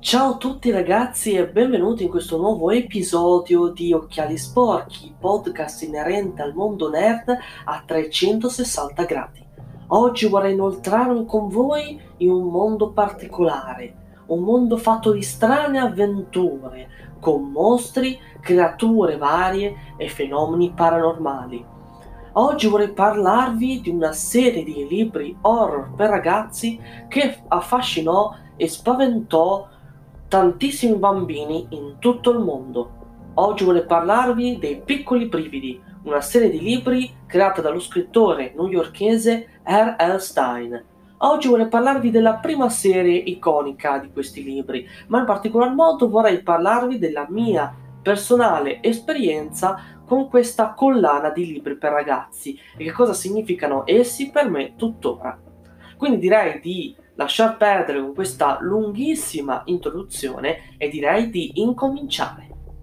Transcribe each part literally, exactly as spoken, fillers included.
Ciao a tutti ragazzi e benvenuti in questo nuovo episodio di Occhiali Sporchi, podcast inerente al mondo nerd a trecentosessanta gradi. Oggi vorrei inoltrarmi con voi in un mondo particolare, un mondo fatto di strane avventure, con mostri, creature varie e fenomeni paranormali. Oggi vorrei parlarvi di una serie di libri horror per ragazzi che affascinò e spaventò tantissimi bambini in tutto il mondo. Oggi vorrei parlarvi dei Piccoli Brividi, una serie di libri creata dallo scrittore newyorkese R L. Stein. Oggi vorrei parlarvi della prima serie iconica di questi libri, ma in particolar modo vorrei parlarvi della mia personale esperienza con questa collana di libri per ragazzi e che cosa significano essi per me tuttora. Quindi direi di lasciar perdere con questa lunghissima introduzione e direi di incominciare.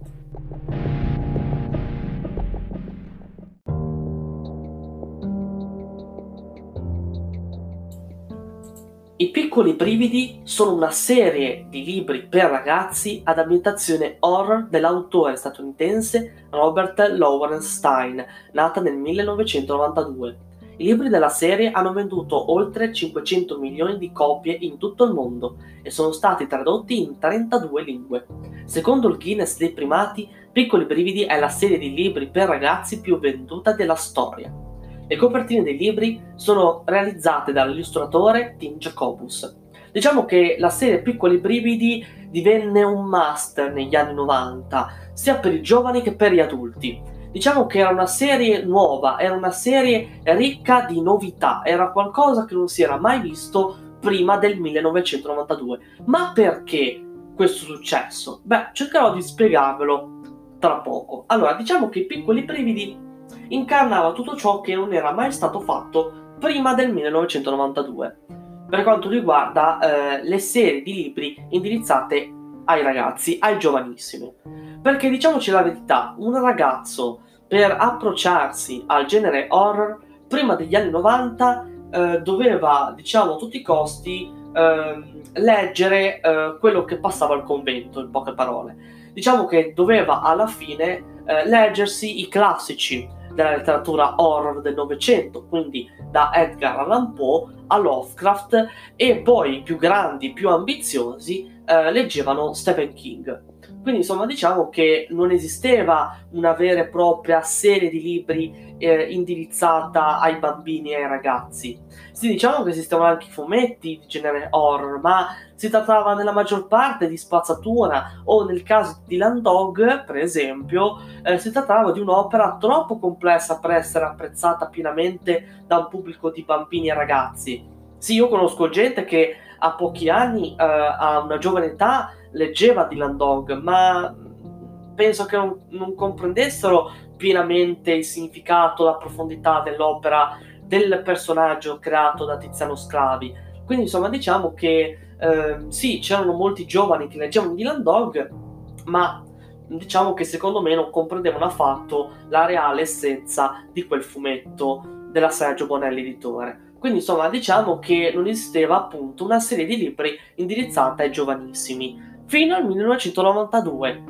I Piccoli Brividi sono una serie di libri per ragazzi ad ambientazione horror dell'autore statunitense Robert Lawrence Stein, nata nel millenovecentonovantadue. I libri della serie hanno venduto oltre cinquecento milioni di copie in tutto il mondo e sono stati tradotti in trentadue lingue. Secondo il Guinness dei primati, Piccoli Brividi è la serie di libri per ragazzi più venduta della storia. Le copertine dei libri sono realizzate dall'illustratore Tim Jacobus. Diciamo che la serie Piccoli Brividi divenne un must negli anni novanta, sia per i giovani che per gli adulti. Diciamo che era una serie nuova, era una serie ricca di novità, era qualcosa che non si era mai visto prima del millenovecentonovantadue. Ma perché questo successo? Beh, cercherò di spiegarvelo tra poco. Allora, diciamo che i Piccoli Brividi incarnava tutto ciò che non era mai stato fatto prima del millenovecentonovantadue per quanto riguarda eh, le serie di libri indirizzate ai ragazzi, ai giovanissimi. Perché diciamoci la verità, un ragazzo per approcciarsi al genere horror prima degli anni novanta eh, doveva, diciamo a tutti i costi, eh, leggere eh, quello che passava al convento, in poche parole. Diciamo che doveva alla fine eh, leggersi i classici della letteratura horror del Novecento, quindi da Edgar Allan Poe a Lovecraft, e poi i più grandi, più ambiziosi eh, leggevano Stephen King. Quindi insomma diciamo che non esisteva una vera e propria serie di libri eh, indirizzata ai bambini e ai ragazzi. Sì, diciamo che esistevano anche i fumetti di genere horror, ma si trattava nella maggior parte di spazzatura o nel caso di Dylan Dog, per esempio, eh, si trattava di un'opera troppo complessa per essere apprezzata pienamente da un pubblico di bambini e ragazzi. Sì, io conosco gente che a pochi anni, eh, a una giovane età, leggeva Dylan Dog, ma penso che non, non comprendessero pienamente il significato, la profondità dell'opera, del personaggio creato da Tiziano Sclavi. Quindi insomma diciamo che eh, sì, c'erano molti giovani che leggevano Dylan Dog, ma diciamo che secondo me non comprendevano affatto la reale essenza di quel fumetto della Sergio Bonelli editore. Quindi insomma diciamo che non esisteva appunto una serie di libri indirizzata ai giovanissimi fino al millenovecentonovantadue,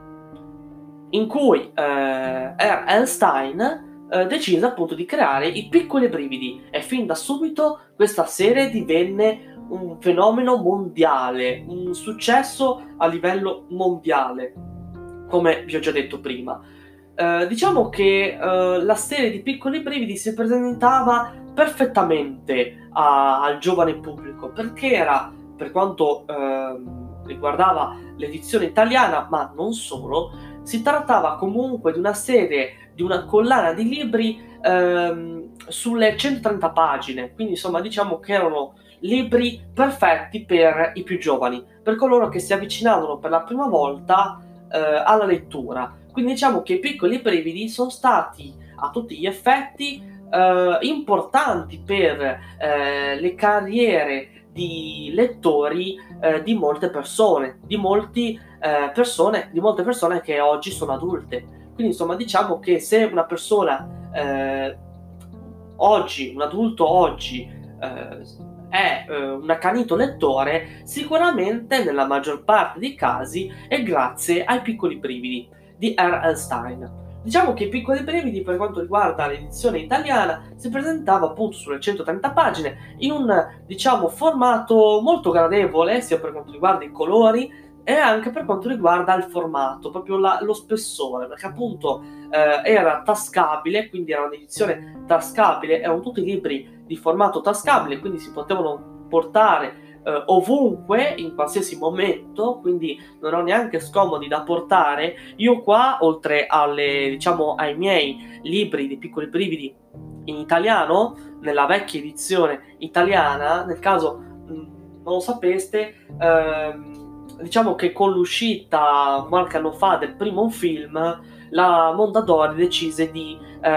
in cui eh, R L. Stein eh, decise appunto di creare i Piccoli Brividi e fin da subito questa serie divenne un fenomeno mondiale, un successo a livello mondiale, come vi ho già detto prima. Eh, diciamo che eh, la serie di Piccoli Brividi si presentava perfettamente a, al giovane pubblico, perché era, per quanto eh, riguardava l'edizione italiana, ma non solo, si trattava comunque di una serie, di una collana di libri ehm, sulle centotrenta pagine, quindi insomma diciamo che erano libri perfetti per i più giovani, per coloro che si avvicinavano per la prima volta eh, alla lettura. Quindi diciamo che i Piccoli Brividi sono stati a tutti gli effetti eh, importanti per eh, le carriere di lettori eh, di molte persone, di molti eh, persone, di molte persone che oggi sono adulte. Quindi insomma diciamo che se una persona eh, oggi, un adulto oggi eh, è eh, un accanito lettore, sicuramente nella maggior parte dei casi è grazie ai Piccoli brividi di R L. Stine. Diciamo che i Piccoli brividi, per quanto riguarda l'edizione italiana, si presentava appunto sulle centotrenta pagine in un, diciamo, formato molto gradevole, sia per quanto riguarda i colori e anche per quanto riguarda il formato, proprio la, lo spessore, perché appunto eh, era tascabile, quindi era un'edizione tascabile, erano tutti libri di formato tascabile, quindi si potevano portare eh, ovunque, in qualsiasi momento, quindi non erano neanche scomodi da portare. Io qua, oltre alle, diciamo, ai miei libri di Piccoli brividi in italiano, nella vecchia edizione italiana, nel caso mh, non lo sapeste, ehm, diciamo che con l'uscita qualche anno fa del primo film, la Mondadori decise di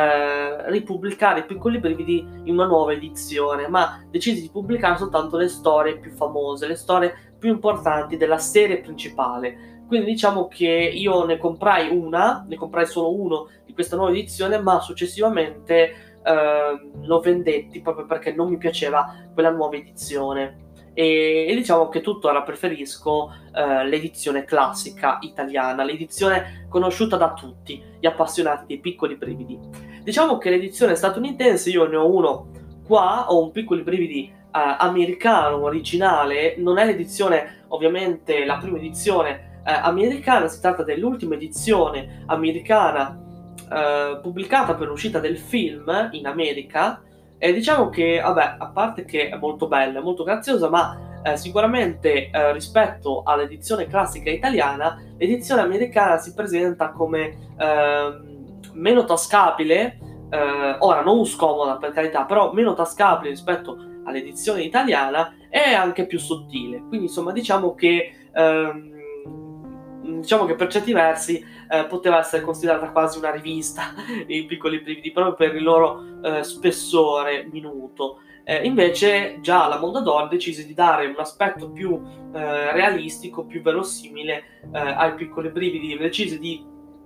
eh, ripubblicare i Piccoli brividi in una nuova edizione, ma decise di pubblicare soltanto le storie più famose, le storie più importanti della serie principale. Quindi diciamo che io ne comprai una, ne comprai solo uno di questa nuova edizione, ma successivamente eh, lo vendetti proprio perché non mi piaceva quella nuova edizione. E, e diciamo che tuttora preferisco eh, l'edizione classica italiana, l'edizione conosciuta da tutti gli appassionati dei Piccoli brividi. Diciamo che l'edizione statunitense, io ne ho uno qua, ho un Piccoli brividi eh, americano originale, non è l'edizione, ovviamente la prima edizione eh, americana, si tratta dell'ultima edizione americana eh, pubblicata per l'uscita del film in America. E diciamo che, vabbè, a parte che è molto bella, è molto graziosa, ma eh, sicuramente eh, rispetto all'edizione classica italiana, l'edizione americana si presenta come eh, meno tascabile, eh, ora non scomoda per carità, però meno tascabile rispetto all'edizione italiana e anche più sottile. Quindi insomma diciamo che ehm, diciamo che per certi versi eh, poteva essere considerata quasi una rivista i Piccoli brividi, proprio per il loro eh, spessore minuto. Eh, invece già la Mondadori decise di dare un aspetto più eh, realistico, più verosimile eh, ai Piccoli brividi, decise di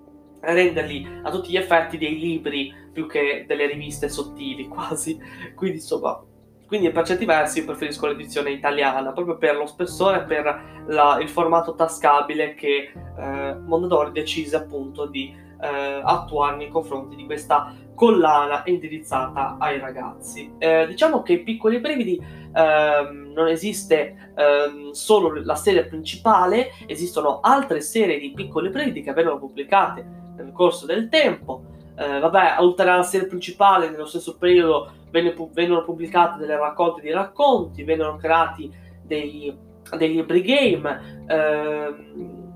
renderli a tutti gli effetti dei libri più che delle riviste sottili quasi. Quindi insomma, quindi per certi versi preferisco l'edizione italiana, proprio per lo spessore, per la, il formato tascabile che eh, Mondadori decise appunto di eh, attuare nei confronti di questa collana indirizzata ai ragazzi. Eh, diciamo che i Piccoli brividi ehm, non esiste ehm, solo la serie principale, esistono altre serie di Piccoli brividi che vengono pubblicate nel corso del tempo. Eh, vabbè, oltre alla serie principale, nello stesso periodo venne, vennero pubblicate delle raccolte di racconti, vennero creati dei, dei libri game. Ehm,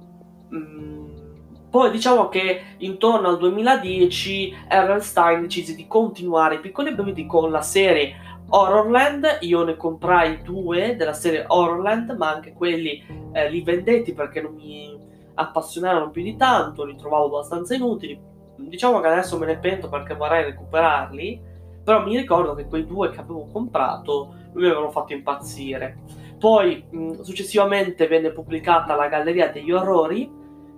mh, poi diciamo che intorno al duemiladieci R L. Stine decise di continuare i Piccoli brividi con la serie Horrorland. Io ne comprai due della serie Horrorland, ma anche quelli eh, li vendetti perché non mi appassionarono più di tanto, li trovavo abbastanza inutili. Diciamo che adesso me ne pento perché vorrei recuperarli, però mi ricordo che quei due che avevo comprato mi avevano fatto impazzire. Poi mh, successivamente venne pubblicata la Galleria degli Orrori,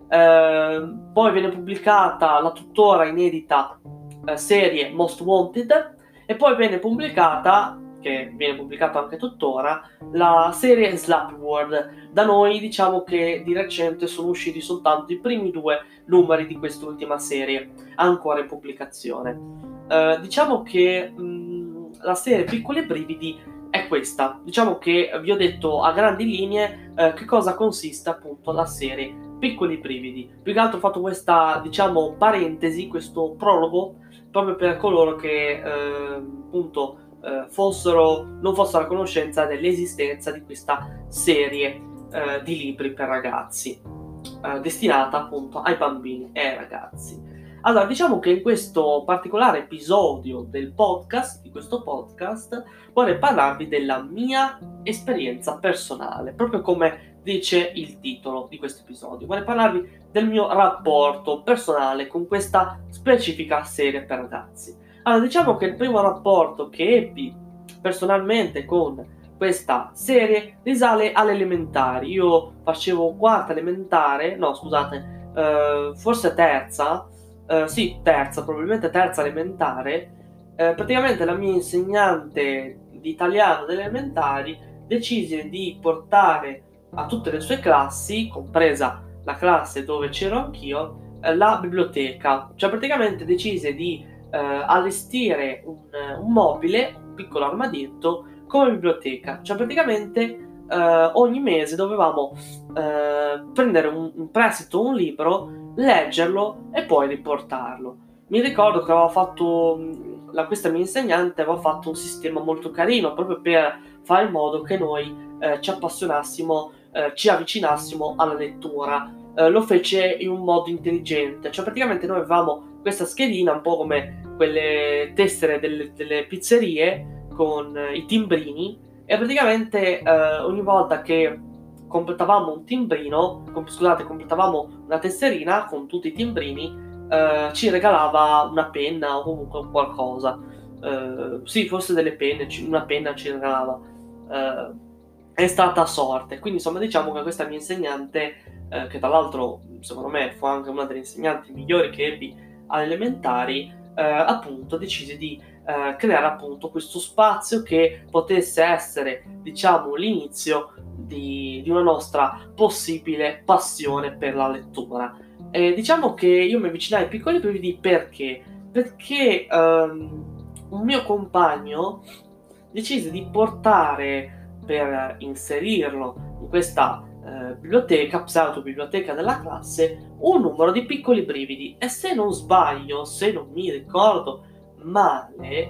eh, poi venne pubblicata la tuttora inedita eh, serie Most Wanted, e poi venne pubblicata, che viene pubblicata anche tuttora, la serie Slap World. Da noi diciamo che di recente sono usciti soltanto i primi due numeri di quest'ultima serie, ancora in pubblicazione. Eh, diciamo che mh, la serie Piccoli brividi è questa. Diciamo che vi ho detto a grandi linee eh, che cosa consiste appunto la serie Piccoli brividi. Più che altro ho fatto questa, diciamo, parentesi, questo prologo, proprio per coloro che eh, appunto eh, fossero, non fossero a conoscenza dell'esistenza di questa serie eh, di libri per ragazzi, eh, destinata appunto ai bambini e ai ragazzi. Allora, diciamo che in questo particolare episodio del podcast, di questo podcast, vorrei parlarvi della mia esperienza personale, proprio come dice il titolo di questo episodio. Vorrei parlarvi del mio rapporto personale con questa specifica serie per ragazzi. Allora, diciamo che il primo rapporto che ebbi personalmente con questa serie risale alle elementari. Io facevo quarta elementare, no scusate, eh, forse terza, eh, sì terza, probabilmente terza elementare. Eh, praticamente la mia insegnante di italiano delle elementari decise di portare a tutte le sue classi, compresa la classe dove c'ero anch'io, eh, la biblioteca. Cioè praticamente decise di eh, allestire un, un mobile, un piccolo armadietto, come biblioteca. Cioè praticamente eh, ogni mese dovevamo eh, prendere un, un prestito, un libro, leggerlo e poi riportarlo. Mi ricordo che aveva fatto, la, questa mia insegnante aveva fatto un sistema molto carino proprio per fare in modo che noi eh, ci appassionassimo, eh, ci avvicinassimo alla lettura. Eh, lo fece in un modo intelligente, cioè praticamente noi avevamo questa schedina un po' come quelle tessere delle, delle pizzerie con eh, i timbrini, e praticamente eh, ogni volta che completavamo un timbrino, com- scusate, completavamo una tesserina con tutti i timbrini, eh, ci regalava una penna o comunque qualcosa. Eh, sì, forse delle penne, ci- una penna ci regalava. Eh, è stata a sorte. Quindi insomma diciamo che questa mia insegnante, eh, che tra l'altro secondo me fu anche una delle insegnanti migliori che ebbi alle elementari, eh, appunto decise di eh, creare appunto questo spazio che potesse essere, diciamo, l'inizio di, di una nostra possibile passione per la lettura. E diciamo che io mi avvicinai ai piccoli brividi perché? Perché um, un mio compagno decise di portare, per inserirlo in questa eh, biblioteca, pseudo-biblioteca della classe, un numero di piccoli brividi. E se non sbaglio, se non mi ricordo male,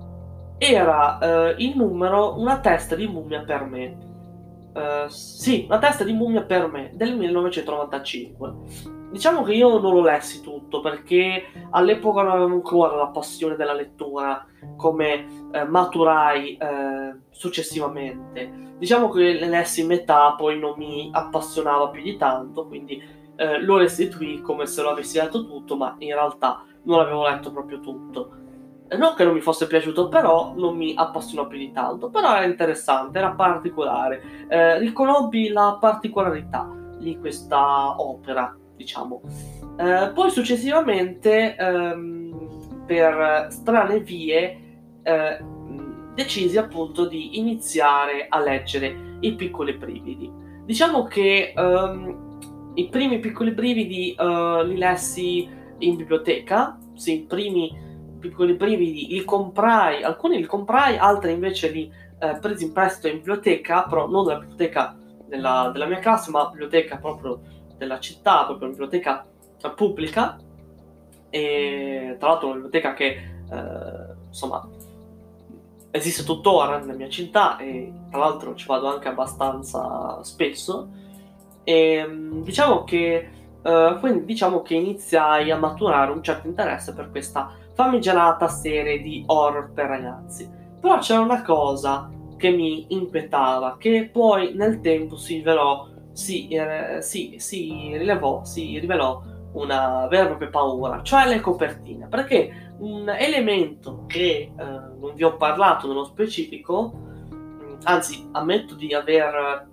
era eh, il numero Una testa di mummia per me. Uh, sì, Una testa di mummia per me, del millenovecentonovantacinque. Diciamo che io non lo lessi tutto perché all'epoca non avevo ancora la passione della lettura come eh, maturai eh, successivamente. Diciamo che le lessi in metà, poi non mi appassionava più di tanto, quindi eh, lo restituì come se lo avessi letto tutto, ma in realtà non l'avevo letto proprio tutto. Non che non mi fosse piaciuto, però non mi appassionò più di tanto. Però era interessante, era particolare. Eh, riconobbi la particolarità di questa opera, diciamo. Eh, poi successivamente, ehm, per strane vie, eh, decisi appunto di iniziare a leggere I Piccoli Brividi. Diciamo che ehm, i primi Piccoli Brividi eh, li lessi in biblioteca, sì, i primi Piccoli Brividi li comprai, alcuni li comprai, altri invece li eh, presi in prestito in biblioteca, però non della biblioteca della, della mia classe, ma biblioteca proprio della città, proprio una biblioteca pubblica, e tra l'altro una biblioteca che eh, insomma esiste tuttora nella mia città, e tra l'altro ci vado anche abbastanza spesso. E diciamo che uh, quindi diciamo che iniziai a maturare un certo interesse per questa famigerata serie di horror per ragazzi. Però c'era una cosa che mi inquietava, che poi nel tempo si rivelò, si, eh, si, si rilevò, si rivelò una vera e propria paura, cioè le copertine. Perché un elemento che eh, non vi ho parlato nello specifico, anzi ammetto di aver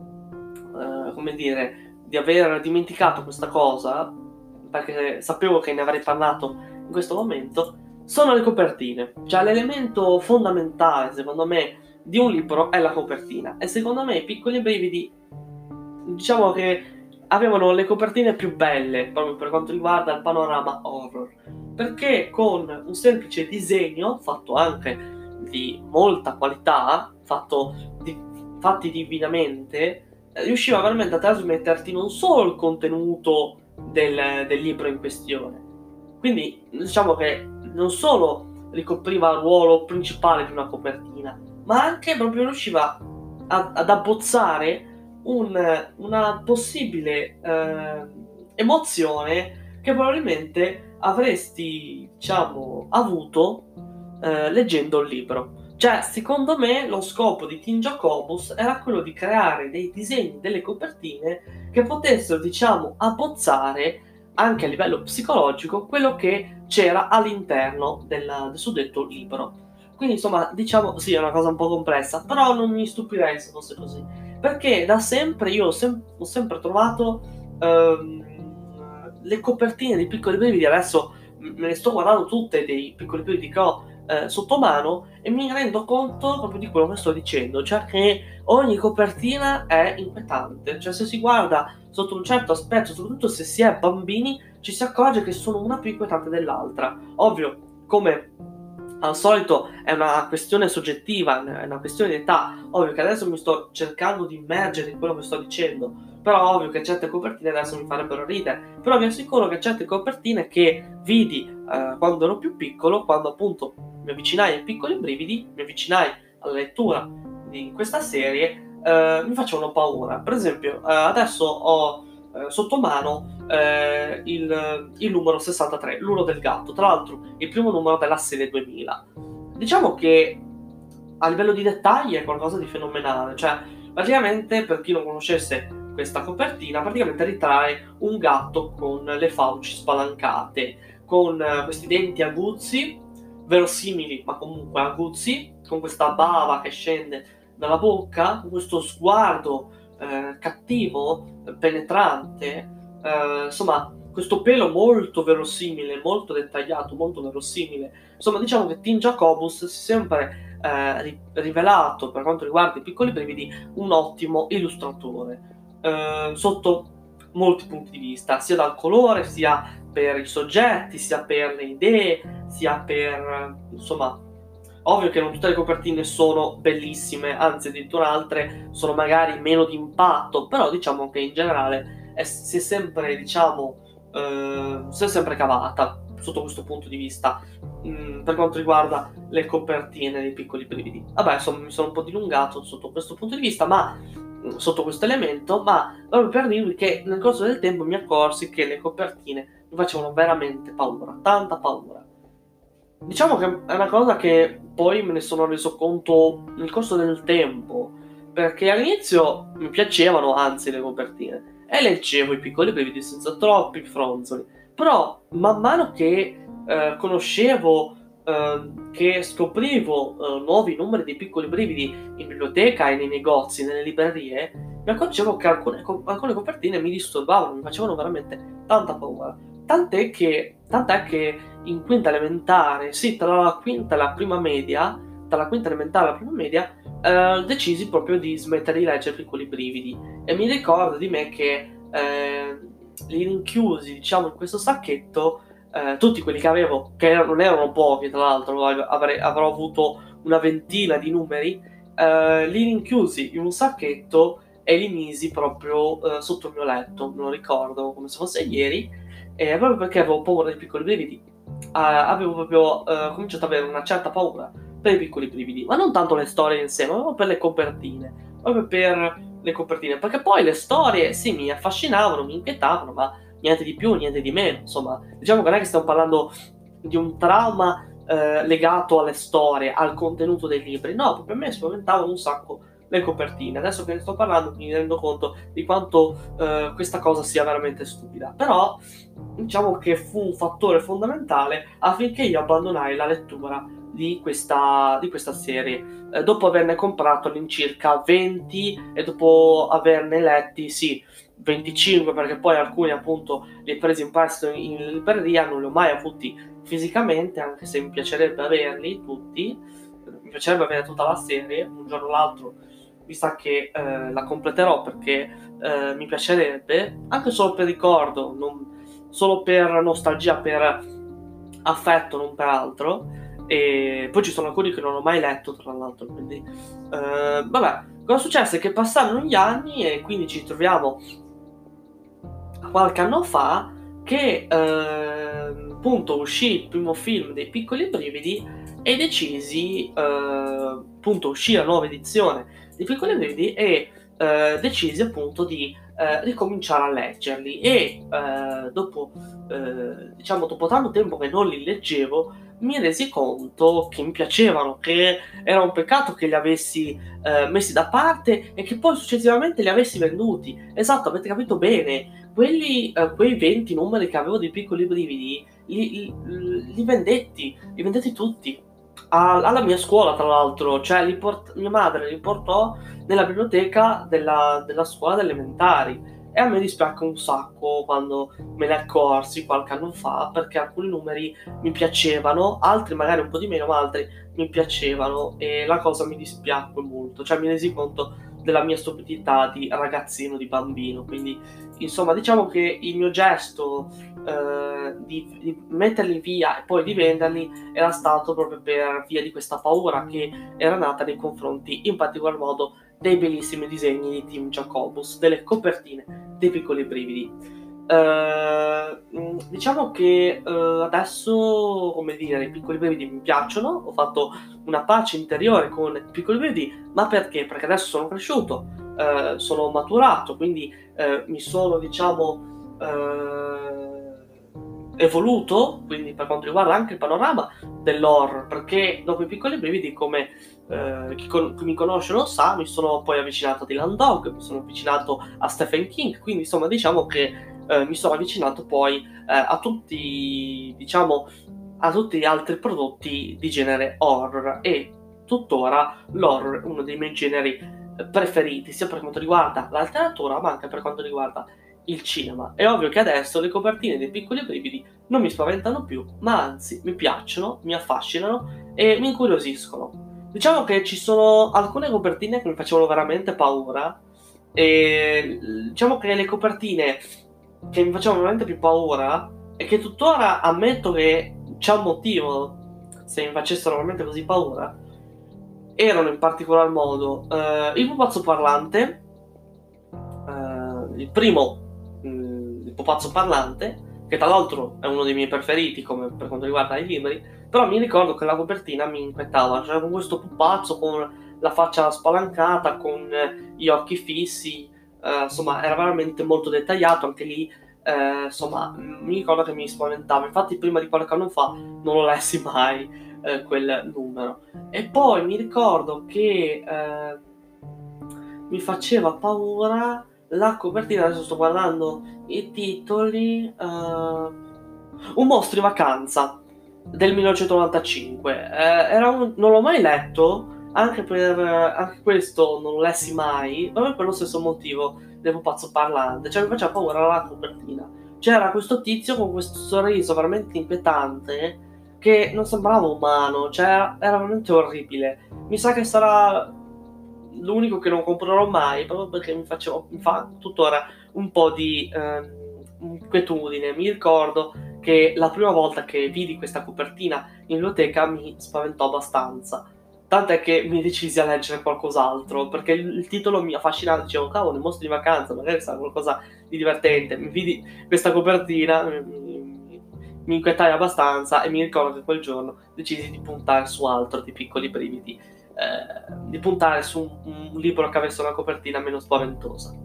Uh, come dire, di aver dimenticato questa cosa, perché sapevo che ne avrei parlato in questo momento, sono le copertine. Cioè l'elemento fondamentale, secondo me, di un libro è la copertina. E secondo me I Piccoli Brividi, diciamo che avevano le copertine più belle, proprio per quanto riguarda il panorama horror. Perché con un semplice disegno, fatto anche di molta qualità, fatto di, fatti divinamente, riusciva veramente a trasmetterti non solo il contenuto del, del libro in questione, quindi diciamo che non solo ricopriva il ruolo principale di una copertina, ma anche proprio riusciva a, ad abbozzare un, una possibile eh, emozione che probabilmente avresti, diciamo, avuto eh, leggendo il libro. Cioè, secondo me, lo scopo di Team Jacobus era quello di creare dei disegni, delle copertine che potessero, diciamo, abbozzare anche a livello psicologico quello che c'era all'interno del, del suddetto libro. Quindi, insomma, diciamo, sì, è una cosa un po' complessa, però non mi stupirei se fosse così. Perché da sempre io ho, sem- ho sempre trovato ehm, le copertine dei Piccoli Brividi, adesso me ne sto guardando tutte dei Piccoli Brividi che ho eh, sotto mano e mi rendo conto proprio di quello che sto dicendo, cioè che ogni copertina è inquietante, cioè se si guarda sotto un certo aspetto, soprattutto se si è bambini, ci si accorge che sono una più inquietante dell'altra. Ovvio, come al solito è una questione soggettiva, è una questione di età. Ovvio che adesso mi sto cercando di immergere in quello che sto dicendo, però ovvio che certe copertine adesso mi farebbero ridere. Però vi assicuro che certe copertine che vidi eh, quando ero più piccolo, quando appunto mi avvicinai ai piccoli brividi, mi avvicinai alla lettura di questa serie, eh, mi facevano paura. Per esempio, eh, adesso ho eh, sotto mano eh, il, il numero sessantatré, l'Uno del gatto, tra l'altro il primo numero della serie duemila. Diciamo che a livello di dettagli è qualcosa di fenomenale, cioè praticamente, per chi non conoscesse questa copertina, praticamente ritrae un gatto con le fauci spalancate, con eh, questi denti aguzzi, verosimili ma comunque aguzzi, con questa bava che scende dalla bocca, con questo sguardo eh, cattivo, penetrante, eh, insomma questo pelo molto verosimile, molto dettagliato, molto verosimile. Insomma, diciamo che Tim Jacobus si è sempre eh, rivelato, per quanto riguarda i piccoli brividi, un ottimo illustratore, eh, sotto molti punti di vista, sia dal colore, sia per i soggetti, sia per le idee, sia per, insomma, ovvio che non tutte le copertine sono bellissime, anzi addirittura altre sono magari meno di impatto, però diciamo che in generale è, si è sempre, diciamo, eh, si è sempre cavata sotto questo punto di vista, mh, per quanto riguarda le copertine dei piccoli brividi. Vabbè, insomma, mi sono un po' dilungato sotto questo punto di vista, ma sotto questo elemento, ma proprio per dirvi che nel corso del tempo mi accorsi che le copertine mi facevano veramente paura, tanta paura. Diciamo che è una cosa che poi me ne sono reso conto nel corso del tempo, perché all'inizio mi piacevano, anzi, le copertine, e leggevo i piccoli brividi senza troppi fronzoli, però man mano che eh, conoscevo, eh, che scoprivo eh, nuovi numeri di piccoli brividi in biblioteca e nei negozi, nelle librerie, mi accorgevo che alcune, alcune copertine mi disturbavano, mi facevano veramente tanta paura. Tant'è che, tant'è che in quinta elementare, sì, tra la quinta e la prima media, tra la quinta elementare e la prima media, eh, decisi proprio di smettere di leggere Piccoli brividi. E mi ricordo di me che eh, li rinchiusi, diciamo, in questo sacchetto, eh, tutti quelli che avevo, che non erano pochi, tra l'altro, avrei, avrò avuto una ventina di numeri, eh, li rinchiusi in un sacchetto e li misi proprio eh, sotto il mio letto, me lo ricordo come se fosse ieri, eh, proprio perché avevo paura dei piccoli brividi. Uh, avevo proprio uh, cominciato ad avere una certa paura per i piccoli brividi, ma non tanto le storie in sé, ma proprio per le copertine, proprio per le copertine, perché poi le storie sì mi affascinavano, mi inquietavano, ma niente di più, niente di meno. Insomma, diciamo che non è che stiamo parlando di un trauma uh, legato alle storie, al contenuto dei libri, no, proprio a me spaventavano un sacco le copertine. Adesso che ne sto parlando mi rendo conto di quanto uh, questa cosa sia veramente stupida, però diciamo che fu un fattore fondamentale affinché io abbandonai la lettura di questa, di questa serie, eh, dopo averne comprato all'incirca venti e dopo averne letti, sì, venticinque, perché poi alcuni appunto li ho presi in prestito in, in libreria, non li ho mai avuti fisicamente, anche se mi piacerebbe averli tutti, mi piacerebbe avere tutta la serie, un giorno o l'altro mi sa che eh, la completerò, perché eh, mi piacerebbe, anche solo per ricordo, non solo per nostalgia, per affetto, non per altro. E poi ci sono alcuni che non ho mai letto, tra l'altro, quindi eh, vabbè, cosa successe? Che passarono gli anni e quindi ci troviamo a qualche anno fa che eh, appunto uscì il primo film dei Piccoli brividi e decisi eh, appunto uscì la nuova edizione dei Piccoli brividi e eh, decisi appunto di eh, ricominciare a leggerli e eh, dopo eh, diciamo dopo tanto tempo che non li leggevo mi resi conto che mi piacevano, che era un peccato che li avessi eh, messi da parte e che poi successivamente li avessi venduti. Esatto, avete capito bene, quelli eh, quei venti numeri che avevo dei Piccoli brividi li, li, li vendetti li vendetti tutti a, alla mia scuola, tra l'altro, cioè li port- mia madre li portò nella biblioteca della, della scuola delle elementari e a me dispiace un sacco quando me ne accorsi qualche anno fa, perché alcuni numeri mi piacevano, altri magari un po' di meno, ma altri mi piacevano e la cosa mi dispiacque molto, cioè mi resi conto della mia stupidità di ragazzino, di bambino. Quindi insomma diciamo che il mio gesto eh, di, di metterli via e poi di venderli era stato proprio per via di questa paura che era nata nei confronti in particolar modo dei bellissimi disegni di Team Jacobus, delle copertine dei Piccoli Brividi. Uh, diciamo che uh, adesso, come dire, i Piccoli Brividi mi piacciono, ho fatto una pace interiore con i Piccoli Brividi, ma perché? Perché adesso sono cresciuto, uh, sono maturato, quindi uh, mi sono, diciamo, uh, evoluto, quindi per quanto riguarda anche il panorama dell'horror, perché dopo i Piccoli Brividi, come Uh, chi, con- chi mi conosce lo sa, mi sono poi avvicinato a Dylan Dog, mi sono avvicinato a Stephen King, quindi insomma diciamo che uh, mi sono avvicinato poi uh, a tutti, diciamo, a tutti gli altri prodotti di genere horror, e tuttora l'horror è uno dei miei generi preferiti, sia per quanto riguarda la letteratura ma anche per quanto riguarda il cinema. È ovvio che adesso le copertine dei Piccoli Brividi non mi spaventano più, ma anzi mi piacciono, mi affascinano e mi incuriosiscono. Diciamo che ci sono alcune copertine che mi facevano veramente paura, e diciamo che le copertine che mi facevano veramente più paura e che tuttora ammetto che c'è un motivo se mi facessero veramente così paura, erano in particolar modo eh, il pupazzo parlante, eh, il primo, mh, il pupazzo parlante, che tra l'altro è uno dei miei preferiti come per quanto riguarda i libri. Però mi ricordo che la copertina mi inquietava, cioè con questo pupazzo con la faccia spalancata, con gli occhi fissi, eh, insomma era veramente molto dettagliato, anche lì eh, insomma mi ricordo che mi spaventava, infatti prima di qualche anno fa non lo lessi mai eh, quel numero. E poi mi ricordo che eh, mi faceva paura la copertina, adesso sto guardando i titoli, uh, Un mostro in vacanza del millenovecentonovantacinque. Eh, era un, non l'ho mai letto, anche per anche questo non lo lessi mai, proprio per lo stesso motivo del pupazzo parlante, cioè mi faceva paura la copertina. C'era questo tizio con questo sorriso veramente inquietante che non sembrava umano, cioè era veramente orribile. Mi sa che sarà l'unico che non comprerò mai, proprio perché mi, faceva, mi fa tuttora un po' di ehm, inquietudine. Mi ricordo che la prima volta che vidi questa copertina in biblioteca mi spaventò abbastanza, tant'è che mi decisi a leggere qualcos'altro, perché il, il titolo mi affascinava, dicevo cavolo, i mostri di vacanza, magari sarà qualcosa di divertente. Mi vidi questa copertina, mi, mi, mi inquietai abbastanza e mi ricordo che quel giorno decisi di puntare su altro, di Piccoli Brividi, eh, di puntare su un, un libro che avesse una copertina meno spaventosa.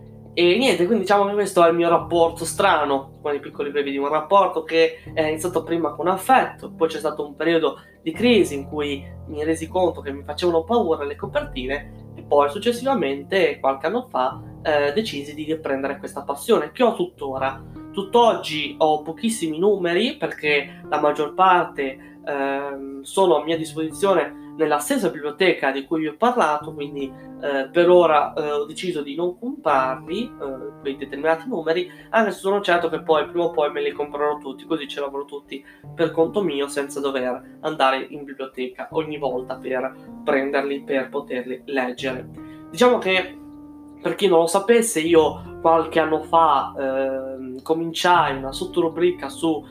E niente, quindi diciamo che questo è il mio rapporto strano con i Piccoli Brividi, un rapporto che è iniziato prima con affetto, poi c'è stato un periodo di crisi in cui mi resi conto che mi facevano paura le copertine, e poi successivamente, qualche anno fa, eh, decisi di riprendere questa passione che ho tuttora. Tutt'oggi ho pochissimi numeri perché la maggior parte eh, sono a mia disposizione nella stessa biblioteca di cui vi ho parlato, quindi eh, per ora eh, ho deciso di non comprarli, eh, quei determinati numeri, anche se sono certo che poi prima o poi me li comprerò tutti, così ce l'avrò tutti per conto mio senza dover andare in biblioteca ogni volta per prenderli, per poterli leggere. Diciamo che, per chi non lo sapesse, io qualche anno fa eh, cominciai una sottorubrica su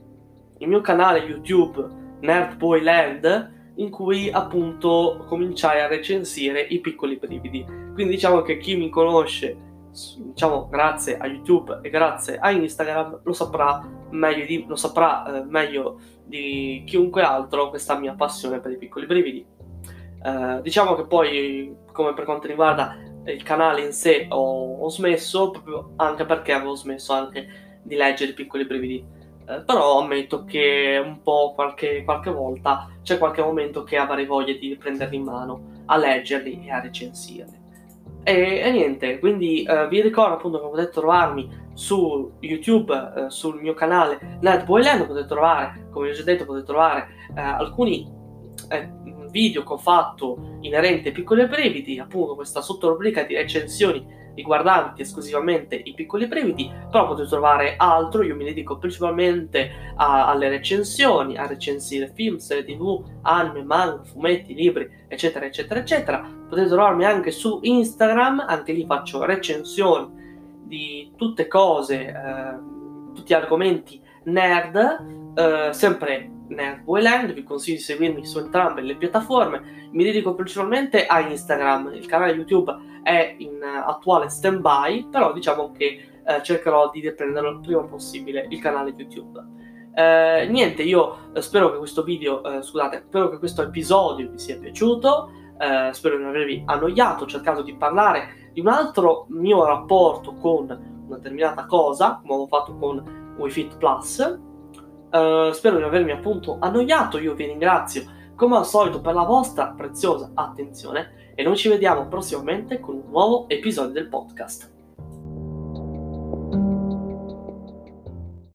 il mio canale YouTube Nerdboyland, in cui appunto cominciai a recensire i Piccoli Brividi. Quindi diciamo che chi mi conosce, diciamo grazie a YouTube e grazie a Instagram, lo saprà meglio di, lo saprà, eh, meglio di chiunque altro questa mia passione per i Piccoli Brividi. Eh, diciamo che poi, come per quanto riguarda il canale in sé, ho, ho smesso proprio anche perché avevo smesso anche di leggere i Piccoli Brividi. Eh, però ammetto che un po' qualche, qualche volta c'è qualche momento che avrei voglia di prenderli in mano, a leggerli e a recensirli. E, e niente, quindi eh, vi ricordo appunto che potete trovarmi su YouTube, eh, sul mio canale Nerdboyland, potete trovare, come vi ho già detto, potete trovare eh, alcuni eh, video che ho fatto inerenti ai Piccoli Brividi, appunto questa sottorubrica di recensioni riguardanti esclusivamente i piccoli brividi, però potete trovare altro. Io mi dedico principalmente a, alle recensioni, a recensire film, serie tv, anime, manga, fumetti, libri, eccetera, eccetera, eccetera. Potete trovarmi anche su Instagram, anche lì faccio recensioni di tutte cose, eh, tutti argomenti nerd, eh, sempre Nerdwayland. Vi consiglio di seguirmi su entrambe le piattaforme. Mi dedico principalmente a Instagram, il canale YouTube è in uh, attuale stand-by, però diciamo che uh, cercherò di riprenderlo il prima possibile il canale YouTube. Uh, niente, io uh, spero che questo video, uh, scusate, spero che questo episodio vi sia piaciuto, uh, spero di non avervi annoiato. Ho cercato di parlare di un altro mio rapporto con una determinata cosa, come ho fatto con Wii Fit Plus. Uh, spero di non avermi appunto annoiato. Io vi ringrazio come al solito per la vostra preziosa attenzione e noi ci vediamo prossimamente con un nuovo episodio del podcast.